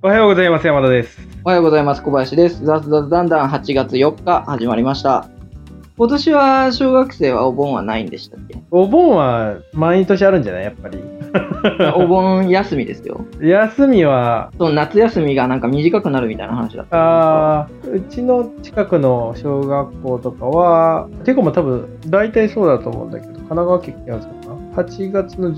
おはようございます。山田です。 おはようございます。小林です。雑雑談談8月4日始まりました。今年は小学生はお盆はないんでしたっけ？ お盆は毎年あるんじゃない？やっぱり。 お盆休みですよ。 休みはそう、夏休みがなんか短くなるみたいな話だったんですうちの近くの小学校とかは、てかも多分大体そうだと思うんだけど、神奈川県やつかな。8月の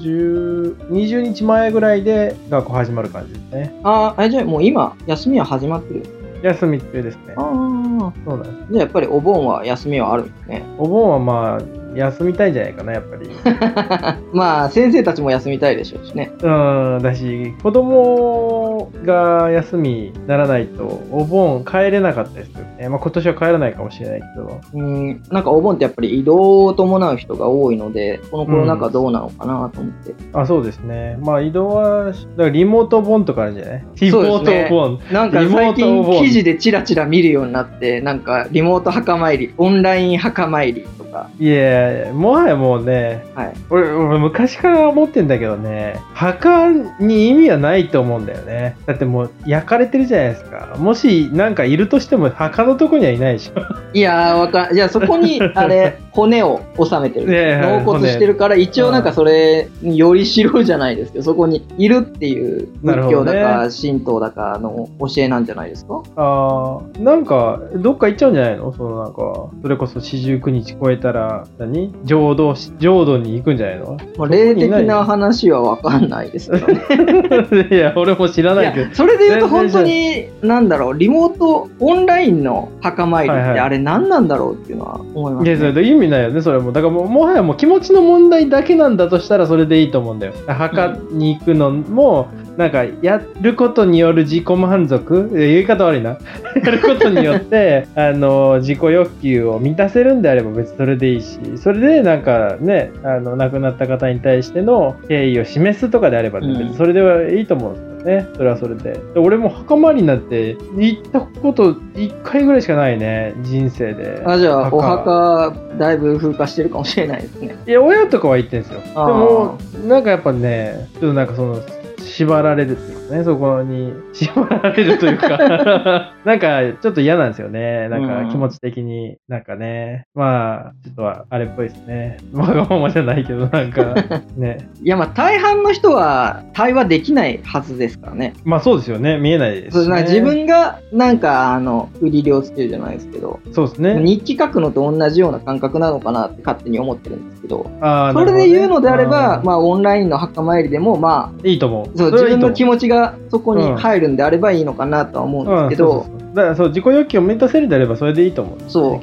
20日前ぐらいで学校始まる感じですね。 じゃあもう今休みは始まってる？ 休み中ですね。 そうなんです。じゃあやっぱりお盆は休みはあるんですね。 お盆はまあ休みたいんじゃないかな、やっぱり。 まあ先生たちも休みたいでしょうしね。 だし、子供が休みにならないとお盆帰れなかったりするね。まあ今年は帰らないかもしれないけど。 なんかお盆ってやっぱり移動を伴う人が多いので、このコロナ禍どうなのかなと思って。 そうですね。まあ移動は、だからリモート盆とかあるんじゃない？リモート盆。 なんか最近記事でチラチラ見るようになって、なんかリモート墓参り、オンライン墓参りとか。 いやもはやもうね、 はい、 俺昔から思ってんだけどね、墓に意味はないと思うんだよね。だってもう焼かれてるじゃないですか。もしなんかいるとしても墓のとこにはいないでしょ。 いやじゃあそこに骨を納めてる、納骨してるから一応なんかそれによりしろじゃないですけど、そこにいるっていう仏教だか神道だかの教えなんじゃないですか。 なんかどっか行っちゃうんじゃないの？なんかそれこそ四十九日超えたら浄土に行くんじゃないの？ 霊的な話は分かんないですけどね。 いや俺も知らないけど、 それで言うと本当になんだろう、リモートオンラインの墓参りってあれ何なんだろうっていうのは思いますね。 いやそれ意味ないよね。それもだからもはやもう気持ちの問題だけなんだとしたらそれでいいと思うんだよ。墓に行くのもなんかやることによる自己満足、言い方悪いな。やることによって自己欲求を満たせるんであれば別にそれでいいし、それでなんかね亡くなった方に対しての敬意を示すとかであれば、ね、別にそれではいいと思うんですよね。それはそれで。俺も墓参りなんて行ったこと1回ぐらいしかないね、人生で。 じゃあお墓だいぶ風化してるかもしれないですね。 いや親とかは行ってんですよ。でもなんかやっぱね、ちょっとなんか縛られるっていうかね、そこに縛られるというかなんかちょっと嫌なんですよね。なんか気持ち的になんかね、まあちょっとはあれっぽいですね。わがままじゃないけどなんかね。 いやまあ大半の人は対話できないはずですからね。 まあそうですよね、見えないですし、ね。 自分がなんか売り量つけるじゃないですけど、 そうですね。 日記書くのと同じような感覚なのかなって勝手に思ってるんですけど、それね、 で言うのであれば、まあオンラインの墓参りでもまあいいと思う。 そう、自分の気持ちがそこに入るんであればいいのかなとは思うんですけど、 だから自己欲求を満たせるんであればそれでいいと思う、ね。 そう。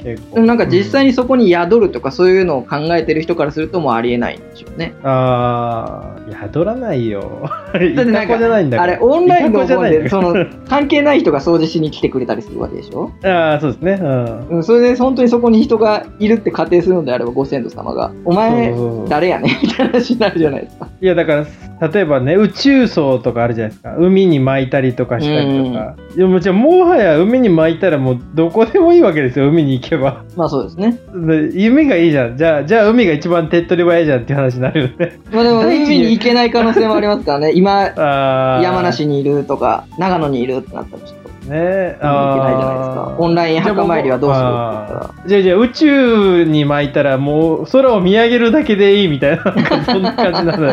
なんか実際にそこに宿るとかそういうのを考えてる人からするともうありえないんでしょうね。 宿らないよ。 だってなんかあれオンラインの方で関係ない人が掃除しに来てくれたりするわけでしょ。 そうですね。 それで本当にそこに人がいるって仮定するのであればご先祖様がお前誰やねんみたいな話になるじゃないですか。 いやだから例えばね、宇宙葬とかあるじゃないですか。海に撒いたりとかしたりとか。でももはや海に撒いたらもうどこでもいいわけですよ、海に行けば。 まあそうですね。 夢がいいじゃん。じゃあ海が一番手っ取り早いじゃんっていう話になるよね。 まあでも海に行けない可能性もありますからね。今山梨にいるとか長野にいるってなったらちょっとね、いけないじゃないですか。オンライン墓参りはどうするって言ったら、 じゃあ宇宙に撒いたらもう空を見上げるだけでいいみたいな、そんな感じなんだ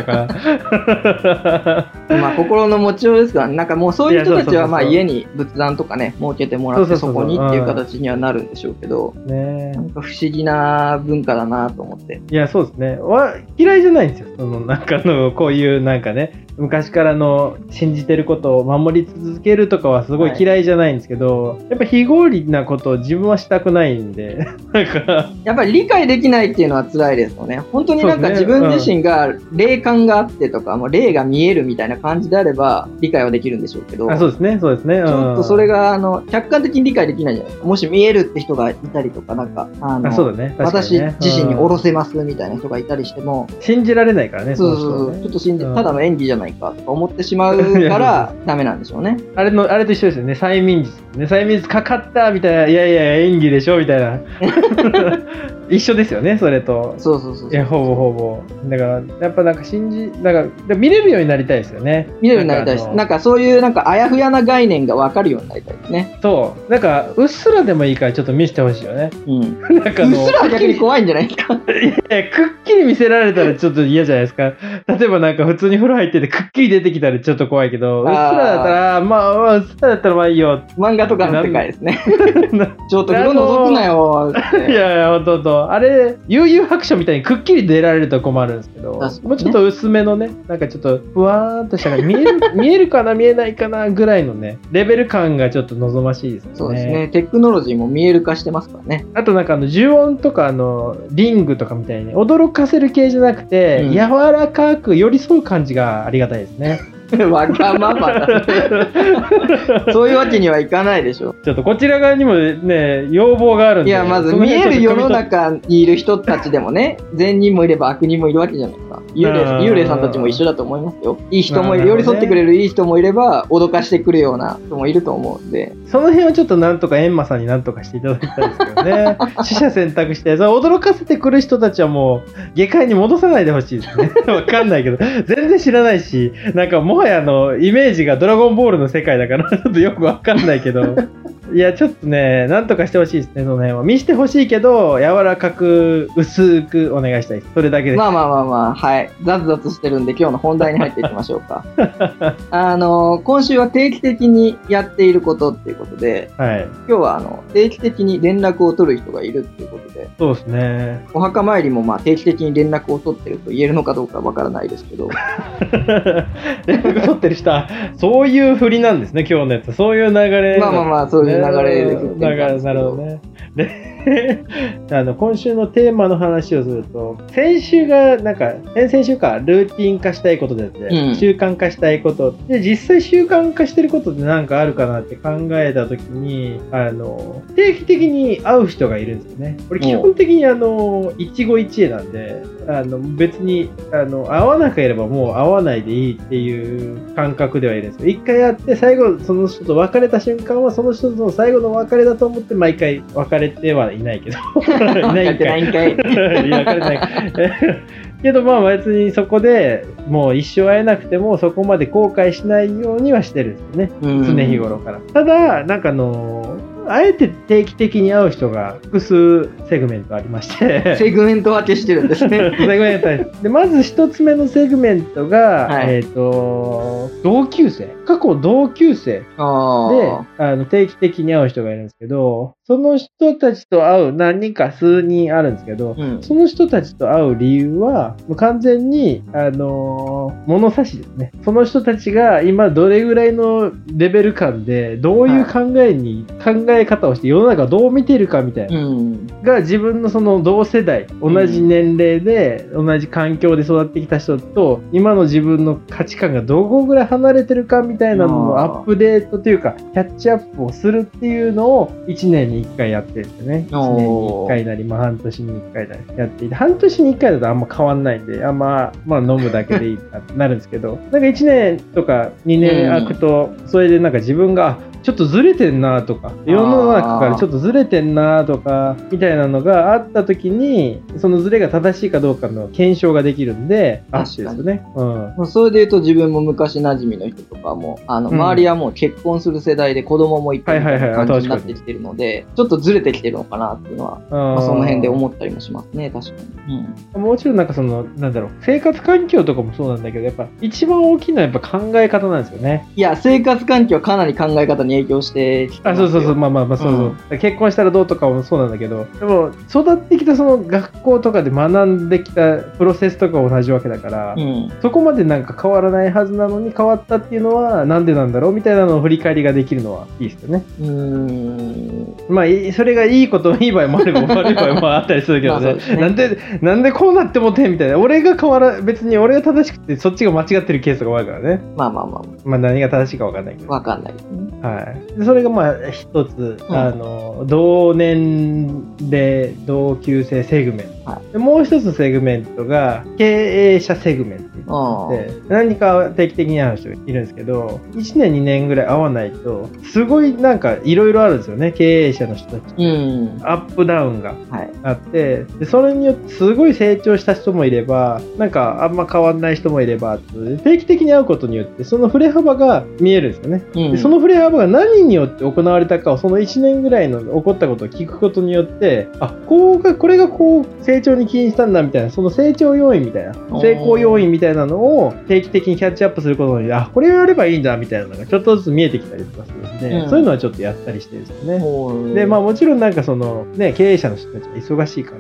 からまあ心の持ちようですから、なんかもうそういう人たちはまあ家に仏壇とかね設けてもらってそこにっていう形にはなるんでしょうけど、なんか不思議な文化だなと思って。 いやそうですね、嫌いじゃないんですよ。なんかこういうなんかね、昔からの信じてることを守り続けるとかはすごい嫌いじゃないんですけど、やっぱ非合理なことを自分はしたくないんでなんかやっぱり理解できないっていうのは辛いですよね。本当になんか自分自身が霊感があってとか、もう霊が見えるみたいな感じであれば理解はできるんでしょうけど、 そうですね、そうですね、 ちょっとそれが客観的に理解できないじゃないですか。もし見えるって人がいたりとか、なんかそうだね、 私自身に下ろせますみたいな人がいたりしても信じられないからね。 そう、ちょっとただの演技じゃないかとか思ってしまうからダメなんでしょうね。 あれと一緒ですよね。催眠術かかったみたいな、いやいや演技でしょみたいな一緒ですよね、それと。 そうそうそうそう。 いや、ほぼほぼ。だから、やっぱなんかだから見れるようになりたいですよね。 見れるようになりたいです。なんかそういうなんかあやふやな概念が分かるようになりたいですね。 そう。なんか、うっすらでもいいからちょっと見せてほしいよね。 うん。 なんかうっすらは逆に怖いんじゃないですか。 いや、くっきり見せられたらちょっと嫌じゃないですか。例えばなんか普通に風呂入っててくっきり出てきたらちょっと怖いけど、うっすらだったら、まあ、うっすらだったらまあいいよ。 漫画とかの世界ですね。ちょっと風呂覗くなよって。 いやいや、ほんと。あれ、悠々白書みたいにくっきり出られると困るんですけど、もうちょっと薄めのね、なんかちょっとふわーっとした見えるかな見えないかなぐらいのね、レベル感がちょっと望ましいですね。 そうですね。テクノロジーも見える化してますからね。 あとなんか重音とかリングとかみたいに驚かせる系じゃなくて、柔らかく寄り添う感じがありがたいですね。 わがままだ。そういうわけにはいかないでしょ。 ちょっとこちら側にもね、要望があるんで。 いや、まず見える世の中にいる人たちでもね、善人もいれば悪人もいるわけじゃないですか。幽霊さんたちも一緒だと思いますよ。いい人もいる、寄り添ってくれるいい人もいれば、脅かしてくるような人もいると思うんで。 その辺はちょっとなんとかエンマさんになんとかしていただきたいですけどね。取捨選択して、それ驚かせてくる人たちはもう、下界に戻さないでほしいですね。わかんないけど、全然知らないし、なんかもはやイメージがドラゴンボールの世界だから、ちょっとよくわかんないけど、いや、ちょっとね、なんとかしてほしいですね、その辺は。見せてほしいけど、柔らかく、薄くお願いしたいです。それだけです。 まあ、はい。ザツザツしてるんで、今日の本題に入っていきましょうか。今週は定期的にやっていることっていうことで、 はい、 今日は定期的に連絡を取る人がいるっていうことで、 そうですね。 お墓参りもまあ定期的に連絡を取ってると言えるのかどうかわからないですけど。 連絡取ってる人は、そういう振りなんですね、今日のやつ。そういう流れ。 まあ、そういう流れで振ってなるほどね。で、今週のテーマの話をすると、先週が、なんか、先々週か、ルーティン化したいことですね、習慣化したいこと。で、実際習慣化してることって何かあるかなって考えたときに、定期的に会う人がいるんですよね。これ基本的に一期一会なんで、別に、会わなければもう会わないでいいっていう感覚ではいるんですよ。一回会って、最後、その人と別れた瞬間は、その人との最後の別れだと思って、毎回別れてはいないけど。いないんかい。別れてない。けどまあ別にそこでもう一生会えなくてもそこまで後悔しないようにはしてるんですよね。常日頃から。ただ、なんかあえて定期的に会う人が複数セグメントありましてセグメント分けしてるんですね。 セグメントでまず一つ目のセグメントが、はい、同級生、過去同級生で定期的に会う人がいるんですけど、その人たちと会う何人か数人あるんですけど、その人たちと会う理由はもう完全に物差しですね。その人たちが今どれぐらいのレベル感でどういう考え方をして世の中をどう見ているかみたいな、が自分のその同世代、同じ年齢で、同じ環境で育ってきた人と今の自分の価値観がどこぐらい離れてるかみたいなのをアップデートというかキャッチアップをするっていうのを1年に1回やってるんですよね。1年に1回なり、半年に1回なりやっていて、半年に1回だとあんま変わんないんで、まあ飲むだけでいいってなるんですけど、なんか1年とか2年空くと、それでなんか自分がちょっとずれてんなとか、世の中からちょっとずれてんなとかみたいなのがあった時に、そのずれが正しいかどうかの検証ができるんで、 確かにですね。 それで言うと自分も昔馴染みの人とかも周りはもう結婚する世代で子供もいてみたいな感じになってきてるので、ちょっとずれてきてるのかなっていうのは、その辺で思ったりもしますね。確かに、 もちろんなんかなんだろう、生活環境とかもそうなんだけど、やっぱ一番大きいのはやっぱ考え方なんですよね。 いや、生活環境はかなり考え方に影響してきてますよ。 そう、まあそう、結婚したらどうとかもそうなんだけど、でも育ってきたその学校とかで学んできたプロセスとか同じわけだから、そこまでなんか変わらないはずなのに変わったっていうのはなんでなんだろうみたいなのを振り返りができるのはいいですよね。まあそれがいいこといい場合もあれば悪い場合もあったりするけどね。なんでこうなってもてみたいな、別に俺が正しくてそっちが間違ってるケースが多いからね。まあ何が正しいか分かんないけど。 分かんないですね。 はい。それがまあ一つ、同年齢同級生セグメント、もう一つセグメントが経営者セグメントってで何か定期的に会う人がいるんですけど、1年2年ぐらい会わないとすごいなんかいろいろあるんですよね、経営者の人たち、アップダウンがあって、でそれによってすごい成長した人もいれば、なんかあんま変わんない人もいれば、定期的に会うことによってその振れ幅が見えるんですよね、でその振れ幅が何によって行われたかをその1年ぐらいの起こったことを聞くことによって、これがこう成長に起因したんだみたいな、その成長要因みたいな、成功要因みたいなのを定期的にキャッチアップすることに、これをやればいいんだみたいなのがちょっとずつ見えてきたりとかするんで、そういうのはちょっとやったりしてるんですよね。で、もちろんなんかそのね、経営者の人たちが忙しいから、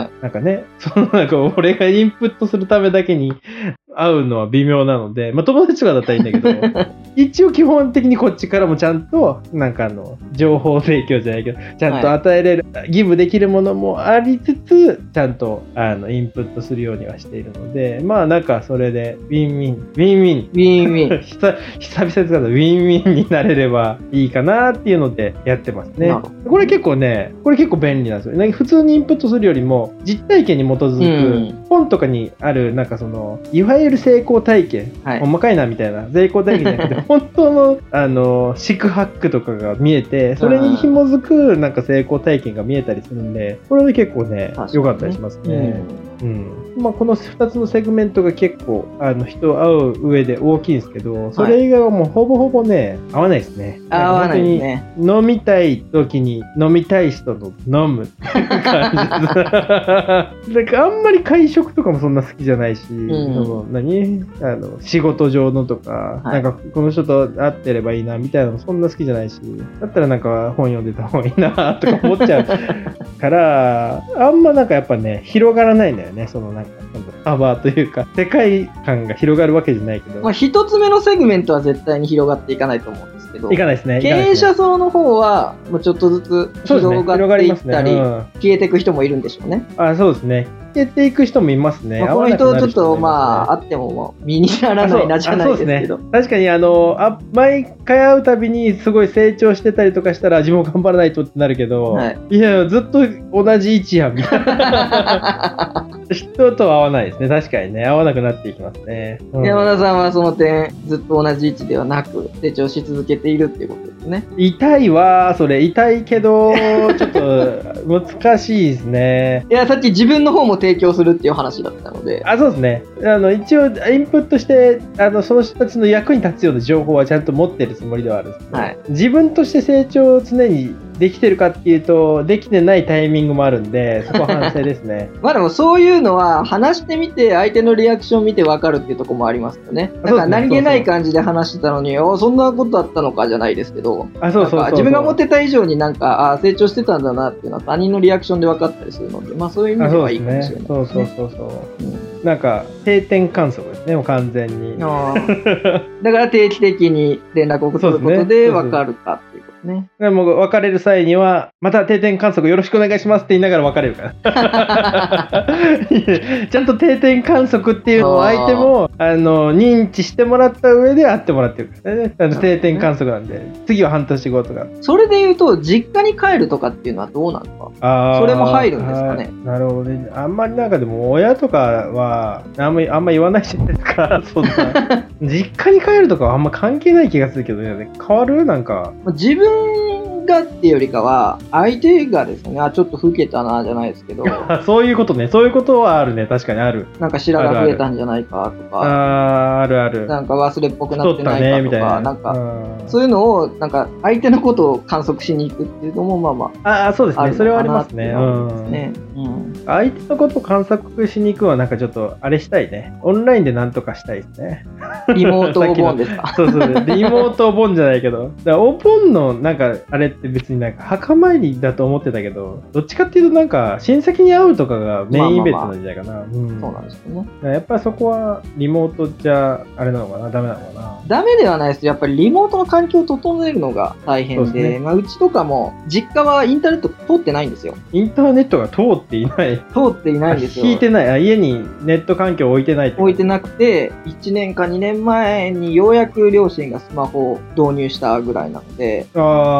なんかね、なんか俺がインプットするためだけに会うのは微妙なので、友達とかだったらいいんだけど、一応基本的にこっちからもちゃんとなんか情報提供じゃないけど、ちゃんと与えれる、ギブできるものもありつつ、ちゃんとインプットするようにはしているので、なんかそれでウィンウィン久々に使ったウィンウィンになれればいいかなっていうのでやってますね。これ結構便利なんですよ。なんか普通にインプットするよりも実体験に基づく、本とかにあるなんかそのいわゆる成功体験、細かいなみたいな成功体験じゃなくて本当の四苦八苦とかが見えて、それに紐づくなんか成功体験が見えたりするんで、これで結構ね良かったりしますね。この2つのセグメントが結構人を会う上で大きいんですけど、それ以外はもうほぼほぼね合わないですね。 合わないですね。 飲みたい時に飲みたい人と飲むっていう感じだからあんまり会食とかもそんな好きじゃないし、仕事上のとか、なんかこの人と会ってればいいなみたいなのもそんな好きじゃないし、だったらなんか本読んでた方がいいなとか思っちゃうからあんまなんかやっぱね広がらないんだよね。そのなんか幅というか世界観が広がるわけじゃないけど、 一つ目のセグメントは絶対に広がっていかないと思うんですけど、 いかないですね。 経営者層の方はもうちょっとずつ広がっていったり、消えていく人もいるんでしょうね。 そうですね。消えていく人もいますね。 この人ちょっとあっても身にならないなじゃないですけど、 確かに毎回会うたびにすごい成長してたりとかしたら自分も頑張らないとってなるけど、いやずっと同じ位置やんみたいな人とは合わないですね。確かにね、合わなくなっていきますね。 山田さんはその点ずっと同じ位置ではなく成長し続けているっていうことですね。 痛いわ、それ痛いけどちょっと難しいですね。 いや、さっき自分の方も提供するっていう話だったので、 そうですね。一応インプットしてその人たちの役に立つような情報はちゃんと持ってるつもりではあるんですけど、自分として成長を常にできてるかっていうとできてないタイミングもあるんで、そこは反省ですね。 でもそういうのは話してみて相手のリアクションを見て分かるっていうところもありますよね。なんか何気ない感じで話してたのにそんなことだったのかじゃないですけど、自分が思ってた以上になんか成長してたんだなっていうのは他人のリアクションで分かったりするので、そういう意味ではいいかもしれないですね。 なんか定点観測ですね、もう完全に。だから定期的に連絡を取ることで分かるかっていうことね。 でも別れる際にはまた定点観測よろしくお願いしますって言いながら別れるからちゃんと定点観測っていうのを相手も認知してもらった上で会ってもらってるからね。定点観測なんで次は半年後とか。 それでいうと実家に帰るとかっていうのはどうなんですか？それも入るんですかね。 なるほどね。あんまりなんかでも親とかはあんま言わないじゃないですか。そんな実家に帰るとかはあんま関係ない気がするけどね。変わる？なんか自分がっていうよりかは相手がですね、ちょっと老けたなじゃないですけどそういうことね。そういうことはあるね。確かにある。 なんか白が増えたんじゃないかとか、 あるなんか忘れっぽくなってないかとか、なんかそういうのをなんか相手のことを観測しに行くっていうのもそうですね。それはありますね。相手のことを観測しに行くはなんかちょっとあれしたいね。オンラインでなんとかしたいですね。 リモートお盆ですか？ そうリモートお盆じゃないけど、だからお盆のなんかあれって別になんか墓参りだと思ってたけど、どっちかっていうとなんか親戚に会うとかがメインイベントなんじゃないかな。 そうなんですよね。 やっぱりそこはリモートじゃあれなのかな、ダメなのかな。 ダメではないです。やっぱりリモートの環境を整えるのが大変で、うちとかも実家はインターネット通ってないんですよ。 インターネットが通っていない。 通っていないんですよ。 引いてない。家にネット環境を置いてない。 置いてなくて、1年か2年前にようやく両親がスマホを導入したぐらいなので。 じゃあそれも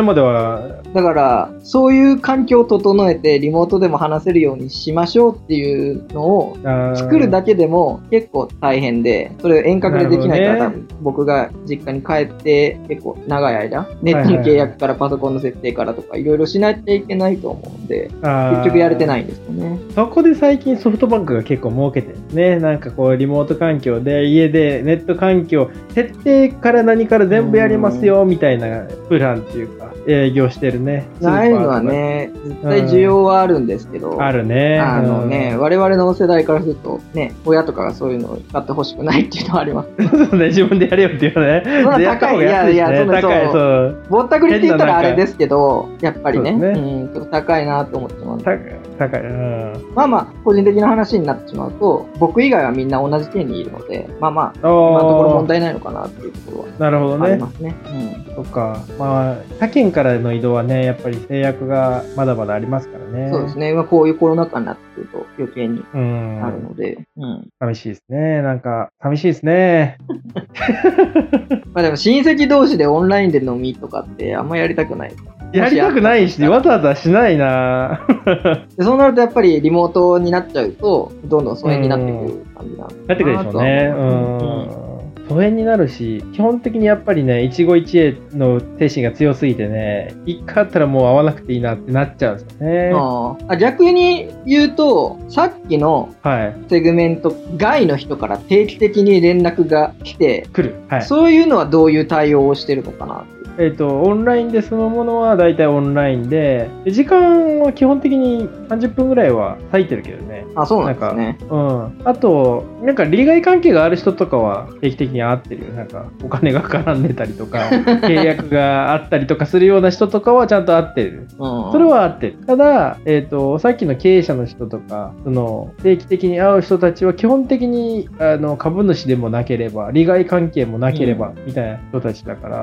までは。 だからそういう環境を整えてリモートでも話せるようにしましょうっていうのを作るだけでも結構大変で、それを遠隔でできないから、多分僕が実家に帰って結構長い間ネットの契約からパソコンの設定からとかいろいろしなきゃいけないと思うんで、結局やれてないんですよね。 そこで最近ソフトバンクが結構儲けてるね。なんかこうリモート環境で家でネット環境設定から何から全部やりますよみたいなプランっていうか営業してるね。 ああいうのはね、絶対需要はあるんですけど、 あるね。 我々の世代からするとね、親とかがそういうのを使ってほしくないっていうのはあります。 そうね、自分でやれよっていうね。 そんな高い、いや、そんなそうぼったくりって言ったらあれですけど、やっぱりね、ちょっと高いなと思ってます。 高い。 まあ個人的な話になってしまうと、僕以外はみんな同じ県にいるので、今のところ問題ないのかなっていうところはありますね。 そっか。他県からの移動はね、やっぱり制約がまだまだありますからね。 そうですね。こういうコロナ禍になってくると余計にあるので。 寂しいですね。なんか、寂しいですね。 でも親戚同士でオンラインで飲みとかってあんまやりたくない。 やりたくないし、わざわざしないな。 でそうなるとやっぱりリモートになっちゃうと、どんどん疎遠になってくる感じなんなってくるでしょうね。疎遠になるし、基本的にやっぱりね、一期一会の精神が強すぎてね、一回あったらもう会わなくていいなってなっちゃうんですよね。 逆に言うと、さっきのセグメント外の人から定期的に連絡が来て、そういうのはどういう対応をしてるのかな。 オンラインでそのものは大体オンラインで、時間は基本的に30分ぐらいは割いてるけどね。 そうなんですね。 あと、なんか利害関係がある人とかは定期的に会ってるよ。なんかお金が絡んでたりとか、契約があったりとかするような人とかはちゃんと会ってる。それは会ってる。ただ、さっきの経営者の人とか、定期的に会う人たちは基本的に株主でもなければ、利害関係もなければ、みたいな人たちだから、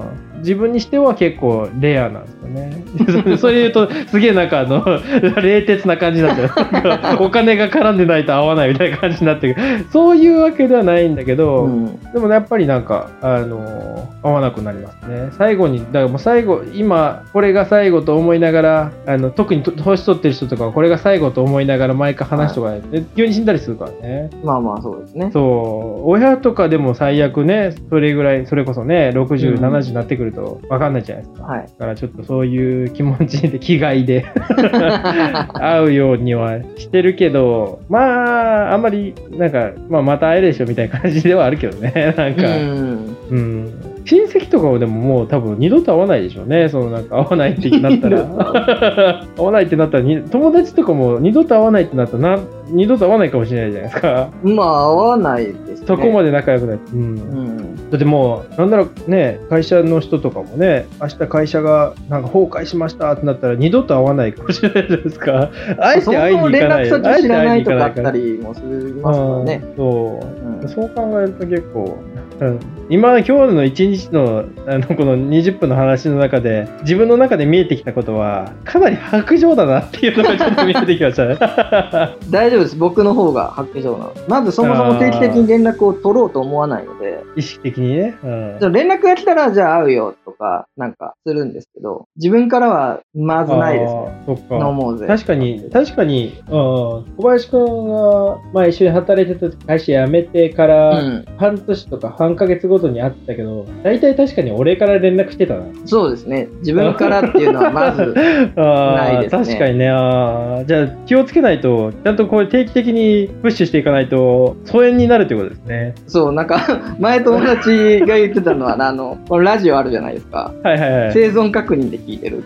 自分にしては結構レアなんですよね。それ言うとすげえなんか冷徹な感じになっちゃう。お金が絡んでないと合わないみたいな感じになってる。そういうわけではないんだけど、でもやっぱりなんか合わなくなりますね。最後にだからもう今これが最後と思いながら特に年取ってる人とかはこれが最後と思いながら毎回話とか急に死んだりするからね。 そうですね。 そう親とかでも最悪ね、それぐらいそれこそね60、70になってくると分かんないじゃないですか。だからちょっとそういう気持ちで気概で会うようにはしてるけど、あんまりなんかまた会えるでしょみたいな感じではあるけどね。なんか親戚とかはでももう多分二度と会わないでしょうね。なんか会わないってなったら会わないってなったら友達とかも二度と会わないってなったら二度と会わないかもしれないじゃないですか。 会わないですね。 そこまで仲良くない。だってもうなんだろうね、会社の人とかもね、明日会社がなんか崩壊しましたってなったら二度と会わないかもしれないじゃないですか。あえて会いに行かない。 そもそも連絡先知らないとかあったりもしますからね。 そう考えると結構。今日の一日のこの20分の話の中で自分の中で見えてきたことはかなり薄情だなっていうのがちょっと見えてきましたね。 大丈夫です。僕の方が薄情なの。まずそもそも定期的に連絡を取ろうと思わないので、 意識的にね、 連絡が来たらじゃあ会うよとかなんかするんですけど、自分からはまずないですね。 そっか。 思うぜ。 確かに小林くんが一緒に働いてた会社辞めてから半年とか半ヶ月ごとに会ったけど、大体確かに俺から連絡してたな。 そうですね。自分からっていうのはまずないですね。 確かにね。じゃあ気をつけないと、ちゃんとこれ定期的にプッシュしていかないと疎遠になるってことですね。 そう、なんか前友達が言ってたのはこのラジオあるじゃないですか。生存確認で聞いてる。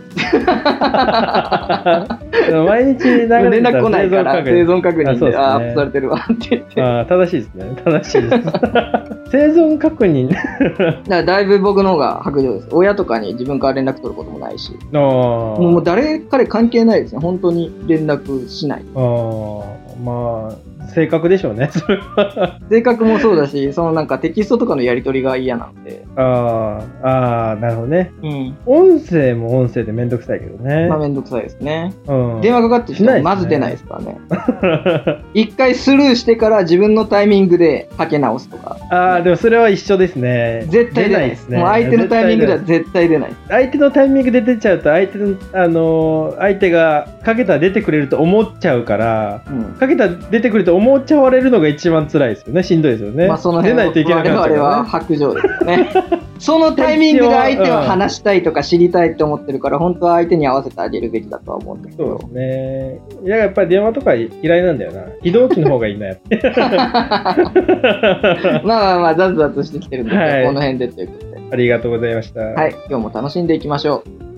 毎日連絡来ないから生存確認でアップされてるわって言って。 正しいですね。正しいです。生存確認だいぶ僕の方が薄情です。親とかに自分から連絡取ることもないし、もう誰彼関係ないですね。本当に連絡しない。 性格でしょうね、それは。 性格もそうだし、そのなんかテキストとかのやり取りが嫌なんで。 ああ、なるほどね。 うん。 音声も音声でめんどくさいけどね。 まあめんどくさいですね。 うん。 電話かかってきてもまず出ないですからね。一回スルーしてから自分のタイミングでかけ直すとか。 ああ、でもそれは一緒ですね。 絶対出ないですね。もう相手のタイミングでは絶対出ない。 相手のタイミングで出ちゃうと、相手がかけたら出てくれると思っちゃうから、かけたら出てくると思っちゃわれるのが一番辛いですよね。しんどいですよね。 まあその辺出ないといけなくなっちゃうからね。 我々は白状ですよね。そのタイミングで相手は話したいとか知りたいって思ってるから、本当は相手に合わせてあげるべきだとは思うんですけど。 そうですね。いや、やっぱり電話とか嫌いなんだよな。非同期の方がいいな、やって。 まあまあまあ、ザズザズしてきてるんで、はい、この辺でということで。 ありがとうございました。 はい、今日も楽しんでいきましょう。